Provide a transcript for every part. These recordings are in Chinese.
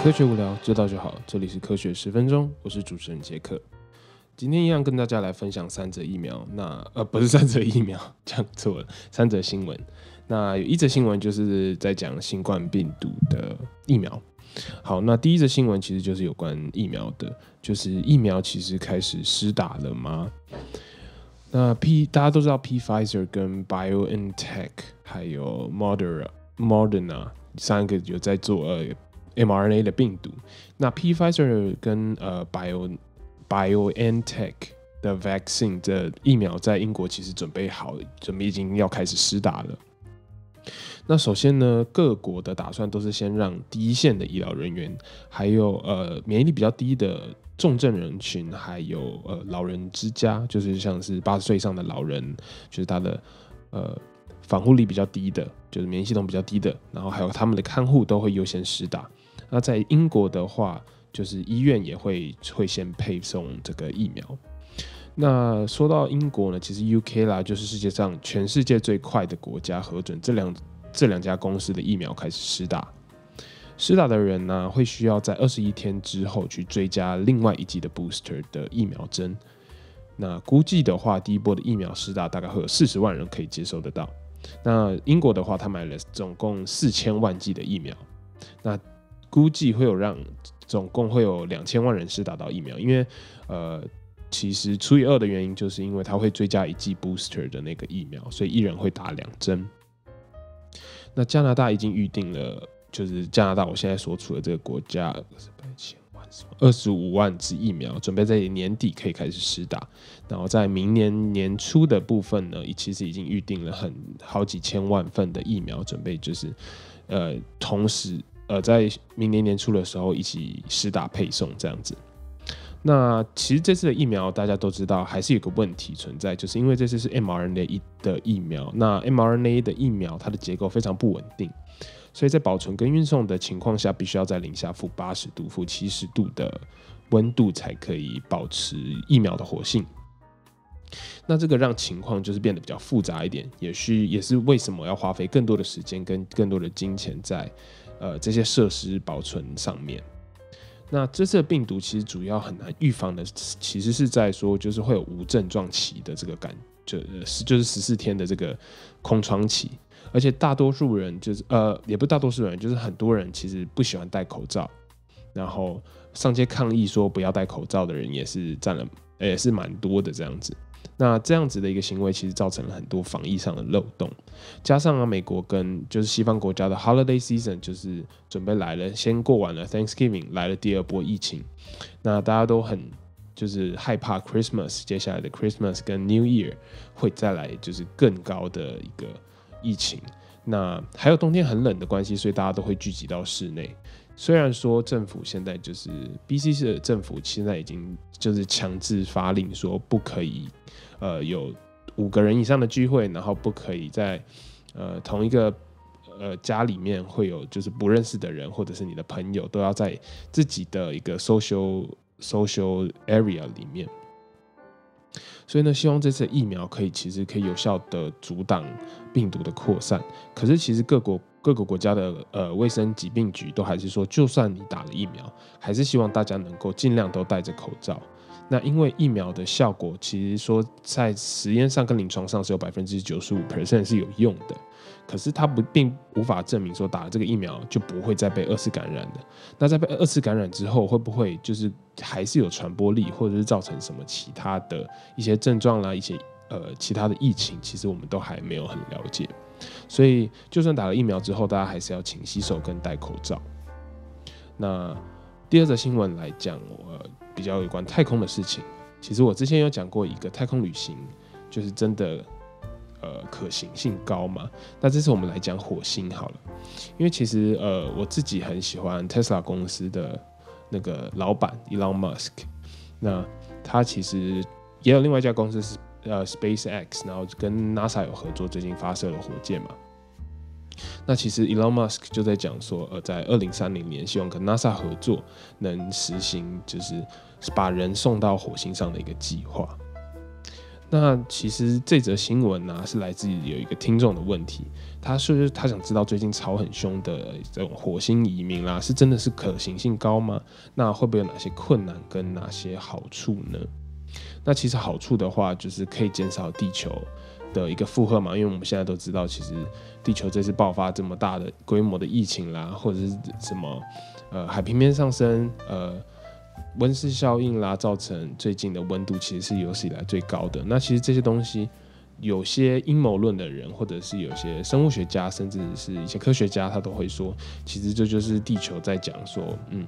科学无聊，知道就好。这里是科学10分钟，我是主持人杰克。今天一样跟大家来分享3则疫苗。不是3则疫苗，讲错了，3则新闻。那有1则新闻就是在讲新冠病毒的疫苗。好，那第1则新闻其实就是有关疫苗的，就是疫苗其实开始施打了吗？那大家都知道 Pfizer 跟 BioNTech 还有 Moderna 3个有在做mRNA 的病毒。那 Pfizer 跟BioNTech 的 vaccine 的疫苗在英国其实准备好了，准备已经要开始施打了。那首先呢，各国的打算都是先让第一线的医疗人员，还有免疫力比较低的重症人群，还有老人之家，就是像是80岁以上的老人，就是他的防护力比较低的，就是免疫系统比较低的，然后还有他们的看护都会优先施打。那在英国的话，就是医院也会先配送这个疫苗。那说到英国呢，其实 UK 啦，就是世界上全世界最快的国家核准这两家公司的疫苗开始施打。施打的人呢，会需要在21天之后去追加另外1剂的 booster 的疫苗针。那估计的话，第一波的疫苗施打大概会有40万人可以接受得到。那英国的话，他买了总共4000万剂的疫苗。那估计会有总共会有2000万人施打到疫苗，因为其实除以2的原因，就是因为它会追加1剂 booster 的那个疫苗，所以一人会打2针。那加拿大已经预定了，就是加拿大我现在所处的这个国家25万支疫苗，准备在年底可以开始施打。然后在明年年初的部分呢，其实已经预定了好几千万份的疫苗，准备就是同时在明年年初的时候一起施打配送这样子。那其实这次的疫苗大家都知道还是有个问题存在，就是因为这次是 mRNA 的疫苗，那 mRNA 的疫苗它的结构非常不稳定，所以在保存跟运送的情况下，必须要在零下-80度、-70度的温度才可以保持疫苗的活性。那这个让情况就是变得比较复杂一点，也是为什么要花费更多的时间跟更多的金钱在这些设施保存上面。那这次的病毒其实主要很难预防的，其实是在说就是会有无症状期的这个就是14天的这个空窗期，而且大多数人也不是大多数人，就是很多人其实不喜欢戴口罩，然后上街抗议说不要戴口罩的人也是蛮多的这样子。那这样子的一个行为其实造成了很多防疫上的漏洞，加上美国跟就是西方国家的 holiday season 就是准备来了，先过完了 Thanksgiving， 来了第2波疫情，那大家都很就是害怕 Christmas 接下来的 Christmas 跟 New Year 会再来就是更高的一个疫情。那还有冬天很冷的关系，所以大家都会聚集到室内。虽然说政府现在就是 BC 市的政府现在已经就是强制发令说不可以有5个人以上的聚会，然后不可以在同一个家里面会有就是不认识的人或者是你的朋友都要在自己的一个 social area 里面。所以呢，希望这次疫苗其实可以有效的阻挡病毒的扩散。可是其实各个国家的卫生疾病局都还是说，就算你打了疫苗，还是希望大家能够尽量都戴着口罩。那因为疫苗的效果，其实说在实验上跟临床上是有95% 是有用的，可是它并无法证明说打了这个疫苗就不会再被2次感染的。那在被2次感染之后，会不会就是还是有传播力，或者是造成什么其他的一些症状啦，一些其他的疫情，其实我们都还没有很了解。所以就算打了疫苗之后，大家还是要勤洗手跟戴口罩。那第2则新闻来讲，比较有关太空的事情。其实我之前有讲过一个太空旅行，就是真的可行性高嘛。那这次我们来讲火星好了，因为其实我自己很喜欢 Tesla 公司的那个老板 Elon Musk。那他其实也有另外一家公司是SpaceX， 然后跟 NASA 有合作，最近发射了火箭嘛。那其实 Elon Musk 就在讲说，在2030年希望跟 NASA 合作，能实行就是把人送到火星上的一个计划。 那其实这则新闻啊，是来自于有一个听众的问题，他想知道最近吵很凶的这种火星移民啦，是真的是可行性高吗？那会不会有哪些困难跟哪些好处呢？那其实好处的话，就是可以减少地球的一个负荷嘛，因为我们现在都知道，其实地球这次爆发这么大的规模的疫情啦，或者是什么海平面上升，温室效应啦，造成最近的温度其实是有史以来最高的。那其实这些东西，有些阴谋论的人，或者是有些生物学家，甚至是一些科学家，他都会说，其实这就是地球在讲说，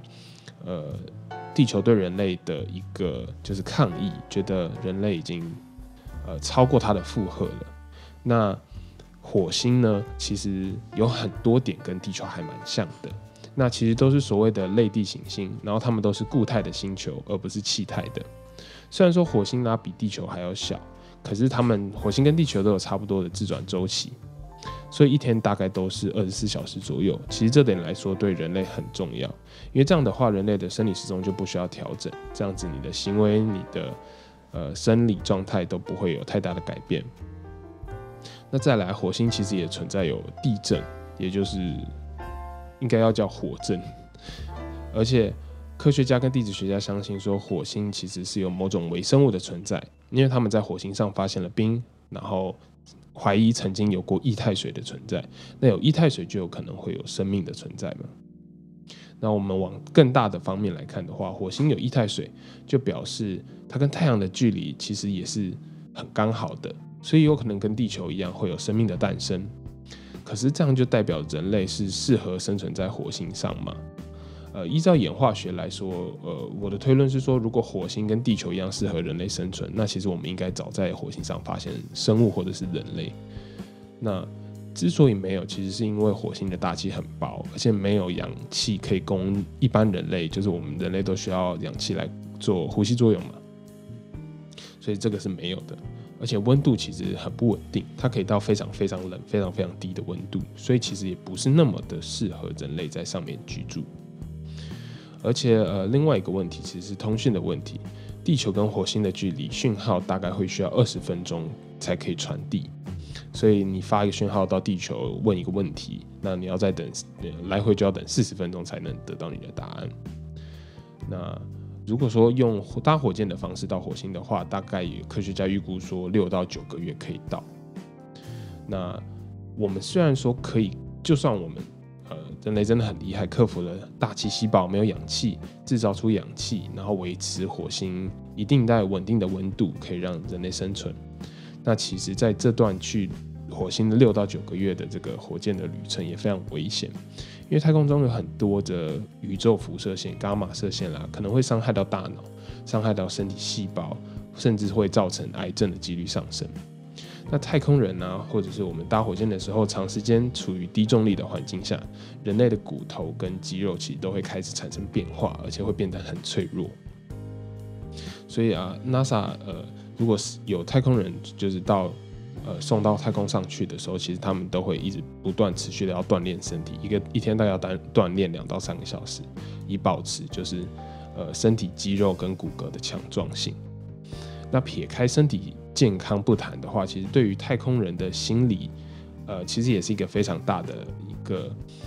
地球对人类的一个就是抗议，觉得人类已经超过它的负荷了。那火星呢，其实有很多点跟地球还蛮像的。那其实都是所谓的类地行星，然后它们都是固态的星球，而不是气态的。虽然说火星呢比地球还要小，可是火星跟地球都有差不多的自转周期，所以一天大概都是24小时左右。其实这点来说对人类很重要，因为这样的话，人类的生理时钟就不需要调整，这样子你的行为、你的生理状态都不会有太大的改变。那再来，火星其实也存在有地震，也就是应该要叫火震，而且科学家跟地质学家相信说，火星其实是有某种微生物的存在，因为他们在火星上发现了冰，然后怀疑曾经有过液态水的存在。那有液态水就有可能会有生命的存在嘛？那我们往更大的方面来看的话，火星有液态水，就表示它跟太阳的距离其实也是很刚好的，所以有可能跟地球一样会有生命的诞生。可是这样就代表人类是适合生存在火星上吗？依照演化学来说，我的推论是说，如果火星跟地球一样适合人类生存，那其实我们应该早在火星上发现生物或者是人类。那之所以没有，其实是因为火星的大气很薄，而且没有氧气可以供一般人类，就是我们人类都需要氧气来做呼吸作用嘛，所以这个是没有的。而且温度其实很不稳定，它可以到非常非常冷、非常非常低的温度，所以其实也不是那么的适合人类在上面居住。而且另外一个问题其实是通讯的问题，地球跟火星的距离，讯号大概会需要20分钟才可以传递，所以你发一个讯号到地球问一个问题，那你要再等来回就要等40分钟才能得到你的答案。那如果说用搭火箭的方式到火星的话，大概科学家预估说6到9个月可以到。那我们虽然说可以，就算我们人类真的很厉害，克服了大气细胞没有氧气，制造出氧气，然后维持火星一定带稳定的温度，可以让人类生存。那其实在这段去火星的6到9个月的这个火箭的旅程也非常危险，因为太空中有很多的宇宙辐射线、伽马射线啦，可能会伤害到大脑，伤害到身体细胞，甚至会造成癌症的几率上升。那太空人啊，或者是我们搭火箭的时候，长时间处于低重力的环境下，人类的骨头跟肌肉其实都会开始产生变化，而且会变得很脆弱。所以啊 ，NASA 如果有太空人就是送到太空上去的时候，其实他们都会一直不断持续的要锻炼身体，一天大概要锻炼2到3个小时，以保持就是身体肌肉跟骨骼的强壮性。那撇开身体健康不谈的话，其实对于太空人的心理，其实也是一个非常大的一个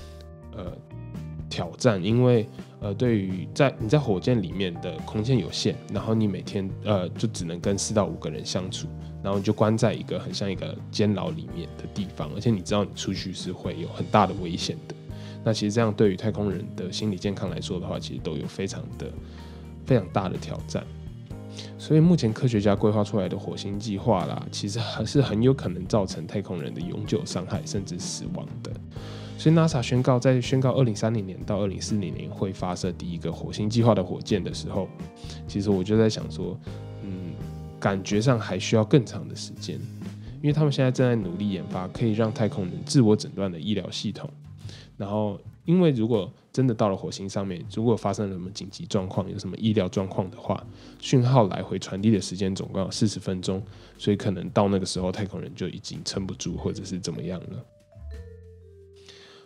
挑战，因为对于你在火箭里面的空间有限，然后你每天就只能跟4到5个人相处，然后你就关在一个很像一个监牢里面的地方，而且你知道你出去是会有很大的危险的。那其实这样对于太空人的心理健康来说的话，其实都有非常大的挑战。所以目前科学家规划出来的火星计划啦，其实还是很有可能造成太空人的永久伤害甚至死亡的。所以 NASA 在宣告2030年到2040年会发射第一个火星计划的火箭的时候，其实我就在想说，感觉上还需要更长的时间，因为他们现在正在努力研发可以让太空人自我诊断的医疗系统。然后，因为如果真的到了火星上面，如果发生了什么紧急状况，有什么医疗状况的话，讯号来回传递的时间总共有40分钟，所以可能到那个时候太空人就已经撑不住，或者是怎么样了。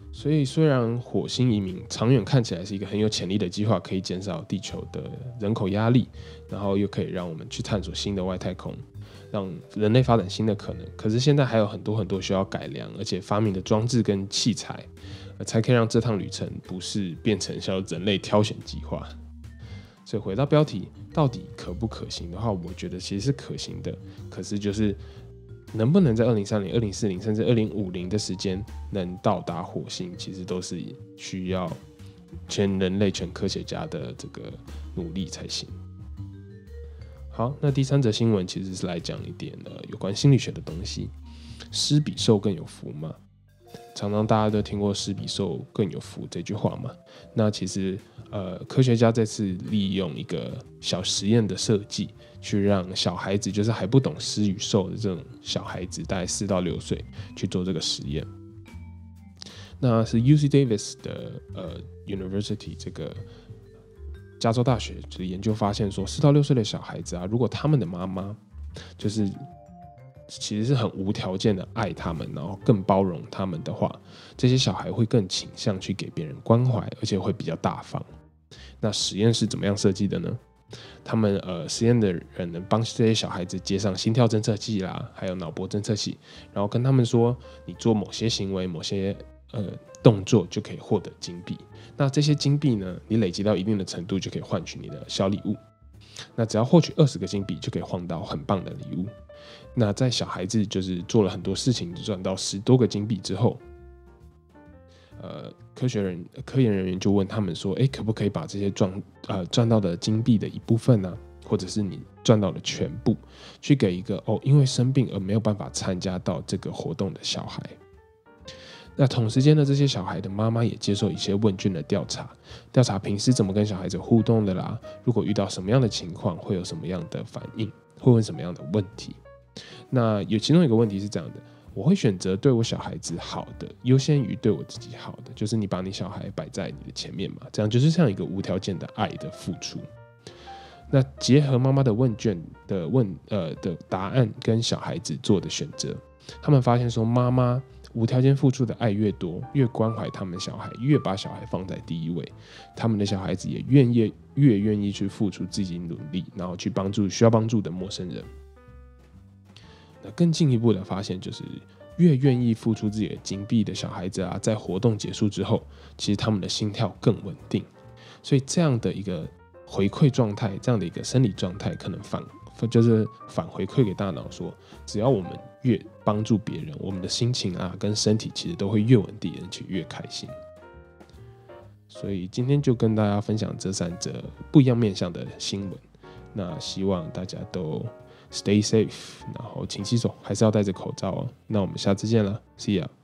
所以虽然火星移民长远看起来是一个很有潜力的计划，可以减少地球的人口压力，然后又可以让我们去探索新的外太空，让人类发展新的可能。可是现在还有很多很多需要改良，而且发明的装置跟器材，才可以让这趟旅程不是变成像人类挑选计划。所以回到标题，到底可不可行的话，我觉得其实是可行的。可是就是能不能在2030、2040甚至2050的时间能到达火星，其实都是需要全人类、全科学家的这个努力才行。好，那第三则新闻其实是来讲一点有关心理学的东西。施比受更有福嘛？常常大家都听过施比受更有福这句话嘛。那其实科学家这次利用一个小实验的设计，去让小孩子，就是还不懂施与受的这种小孩子，大概4到6岁去做这个实验。那是 UC Davis 的University 这个加州大学的研究发现说，4到6岁的小孩子啊，如果他们的妈妈就是其实是很无条件的爱他们，然后更包容他们的话，这些小孩会更倾向去给别人关怀，而且会比较大方。那实验是怎么样设计的呢？他们实验的人能帮这些小孩子接上心跳侦测器啦，还有脑波侦测器，然后跟他们说，你做某些行为、某些动作就可以获得金币。那这些金币呢，你累积到一定的程度，就可以换取你的小礼物。那只要获取20个金币，就可以换到很棒的礼物。那在小孩子就是做了很多事情，赚到10多个金币之后，科研人员就问他们说：“可不可以把这些赚到的金币的一部分呢，或者是你赚到的全部，去给一个因为生病而没有办法参加到这个活动的小孩？”那同时间呢，这些小孩的妈妈也接受一些问卷的调查平时怎么跟小孩子互动的啦，如果遇到什么样的情况会有什么样的反应，会问什么样的问题。那其中一个问题是这样的：我会选择对我小孩子好的，优先于对我自己好的，就是你把你小孩摆在你的前面嘛，这样就是像一个无条件的爱的付出。那结合妈妈的问卷的答案跟小孩子做的选择，他们发现说，妈妈无条件付出的爱越多，越关怀他们小孩，越把小孩放在第一位，他们的小孩子也越愿意去付出自己努力，然后去帮助需要帮助的陌生人。那更进一步的发现就是，越愿意付出自己的金币的小孩子啊，在活动结束之后，其实他们的心跳更稳定。所以这样的一个回馈状态，这样的一个生理状态，可能反回馈给大脑说，只要我们越帮助别人，我们的心情啊跟身体其实都会越稳定，而且越开心。所以今天就跟大家分享这3则不一样面向的新闻。那希望大家都Stay safe， 然后勤洗手，还是要戴着口罩哦。那我们下次见了 ，See ya。